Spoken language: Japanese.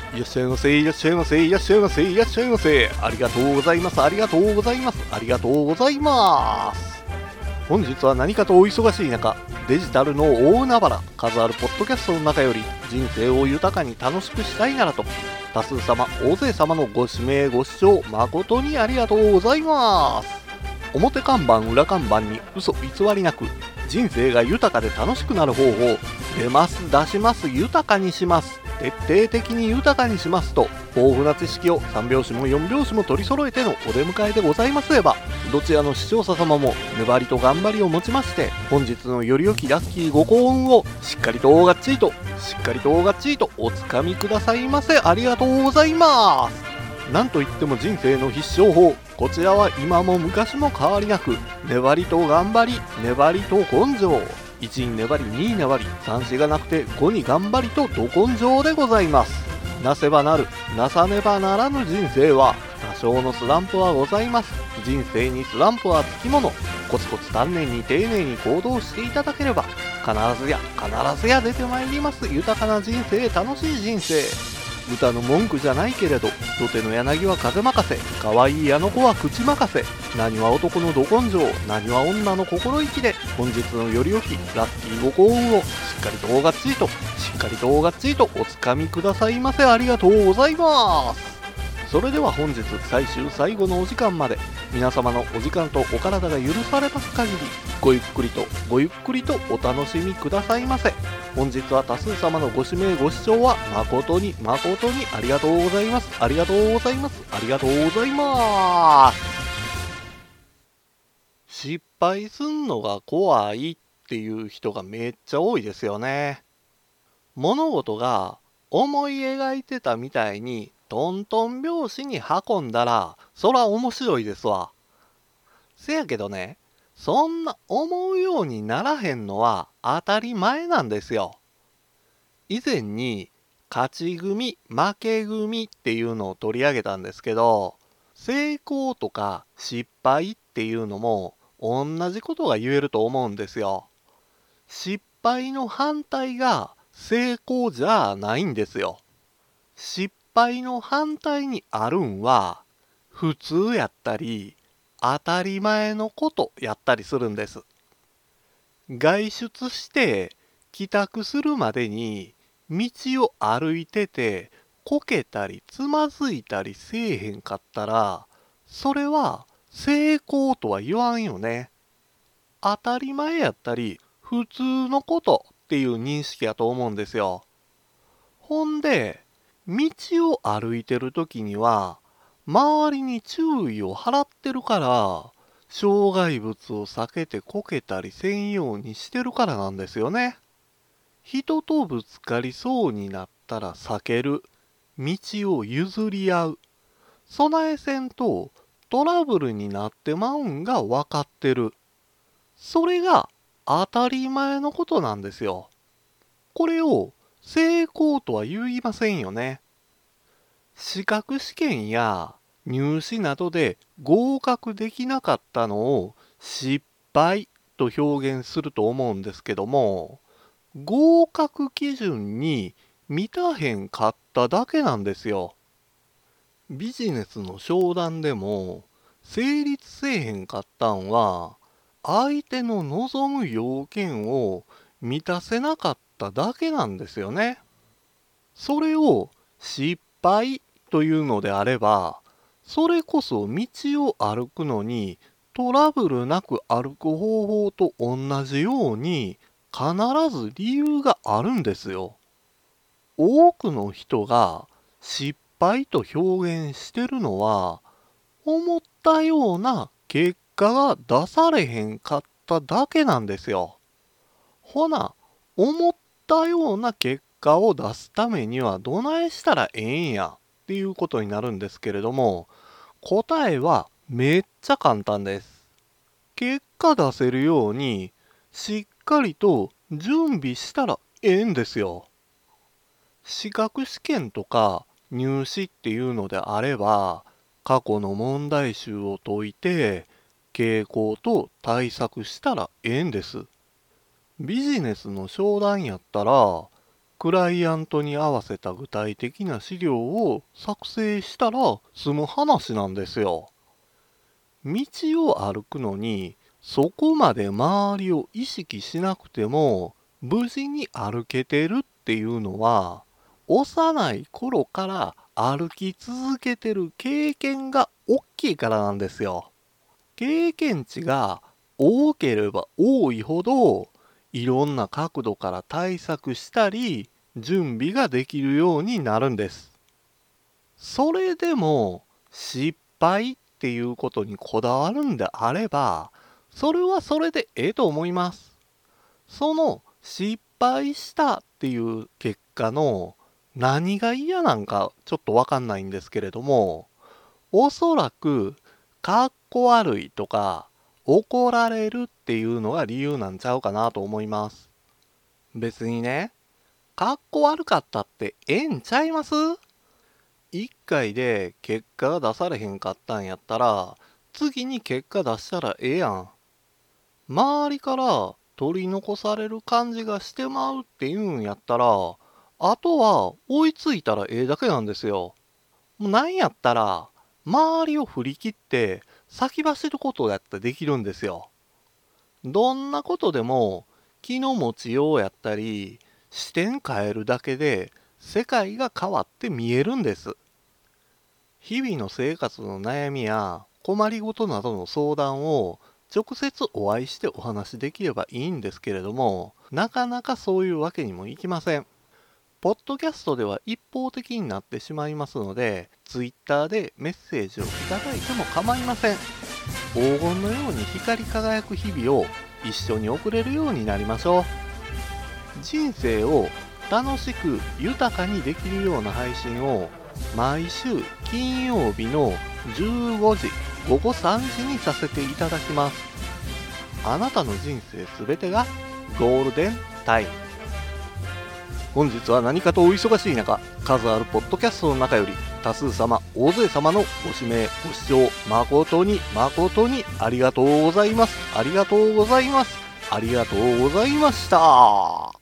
いらっしゃいませ、いらっしゃいませ、いらっしゃいませ、いらっしゃいませ。ありがとうございます、ありがとうございます、ありがとうございます。本日は何かとお忙しい中、デジタルの大海原、数あるポッドキャストの中より人生を豊かに楽しくしたいならと、多数様、大勢様のご指名ご視聴誠にありがとうございます。表看板裏看板に嘘偽りなく、人生が豊かで楽しくなる方法、出ます出します豊かにします、徹底的に豊かにしますと、豊富な知識を3拍子も4拍子も取り揃えてのお出迎えでございますれば、どちらの視聴者様も粘りと頑張りをもちまして、本日のより良きラッキーご幸運をしっかりとがっちりとおつかみくださいませ。ありがとうございます。なんといっても人生の必勝法、こちらは今も昔も変わりなく、粘りと頑張り、粘りと根性、1に粘り2に粘り、3子がなくて5に頑張りとど根性でございます。なせばなる、なさねばならぬ人生は多少のスランプはございます。人生にスランプはつきもの。コツコツ丹念に丁寧に行動していただければ、必ずや出てまいります豊かな人生、楽しい人生。歌の文句じゃないけれど、土手の柳は風任せ、可愛いあの子は口任せ、何は男のど根性、何は女の心意気で、本日のより良きラッキーご幸運をしっかりとがっちりとおつかみくださいませ。ありがとうございます。それでは本日最終最後のお時間まで、皆様のお時間とお体が許されます限り、ごゆっくりとお楽しみくださいませ。本日は多数様のご指名ご視聴は誠にありがとうございます。ありがとうございます。ありがとうございます。失敗すんのが怖いっていう人がめっちゃ多いですよね。物事が思い描いてたみたいにトントン拍子に運んだら、そら面白いですわ。せやけどね、そんな思うようにならへんのは当たり前なんですよ。以前に勝ち組、負け組っていうのを取り上げたんですけど、成功とか失敗っていうのも同じことが言えると思うんですよ。失敗の反対が成功じゃないんですよ。失敗の反対にあるんは普通やったり当たり前のことやったりするんです。外出して帰宅するまでに道を歩いててこけたりつまずいたりせえへんかったら、それは成功とは言わんよね。当たり前やったり普通のことっていう認識やと思うんですよ。ほんで、道を歩いてる時には周りに注意を払ってるから、障害物を避けてこけたりせんようにしてるからなんですよね。人とぶつかりそうになったら避ける。道を譲り合う。備えせんとトラブルになってまうんが分かってる。それが当たり前のことなんですよ。これを成功とは言いませんよね。資格試験や入試などで合格できなかったのを失敗と表現すると思うんですけども、合格基準に満たへんかっただけなんですよ。ビジネスの商談でも成立せえへんかったんは、相手の望む要件を満たせなかっただけなんですよね。それを失敗というのであれば、それこそ道を歩くのにトラブルなく歩く方法と同じように必ず理由があるんですよ。多くの人が失敗と表現してるのは、思ったような結果が出されへんかっただけなんですよ。ほな、思ったような結果を出すためにはどないしたらええんやっていうことになるんですけれども、答えはめっちゃ簡単です。結果出せるようにしっかりと準備したらええんですよ。資格試験とか入試っていうのであれば、過去の問題集を解いて傾向と対策したらええんです。ビジネスの商談やったら、 クライアントに合わせた具体的な資料を作成したら済む話なんですよ。道を歩くのにそこまで周りを意識しなくても無事に歩けてるっていうのは、幼い頃から歩き続けてる経験が大きいからなんですよ。経験値が多ければ多いほど、いろんな角度から対策したり準備ができるようになるんです。それでも失敗っていうことにこだわるんであれば、それはそれでええと思います。その失敗したっていう結果の何が嫌なんかちょっとわかんないんですけれども、おそらくかっこ悪いとか怒られるっていうのが理由なんちゃうかなと思います。別にね、かっこ悪かったってええんちゃいます？一回で結果が出されへんかったんやったら、次に結果出したらええやん。周りから取り残される感じがしてまうっていうんやったら、あとは追いついたらええだけなんですよ。もうなんやったら、周りを振り切って先走ることだってできるんですよ。どんなことでも気の持ちようやったり、視点変えるだけで世界が変わって見えるんです。日々の生活の悩みや困りごとなどの相談を直接お会いしてお話しできればいいんですけれども、なかなかそういうわけにもいきません。ポッドキャストでは一方的になってしまいますので、ツイッターでメッセージをいただいても構いません。黄金のように光り輝く日々を一緒に送れるようになりましょう。人生を楽しく豊かにできるような配信を毎週金曜日の15時午後3時にさせていただきます。あなたの人生すべてがゴールデンタイム。本日は何かとお忙しい中、数あるポッドキャストの中より多数様、大勢様のご指名、ご視聴誠に誠にありがとうございます。ありがとうございます。ありがとうございました。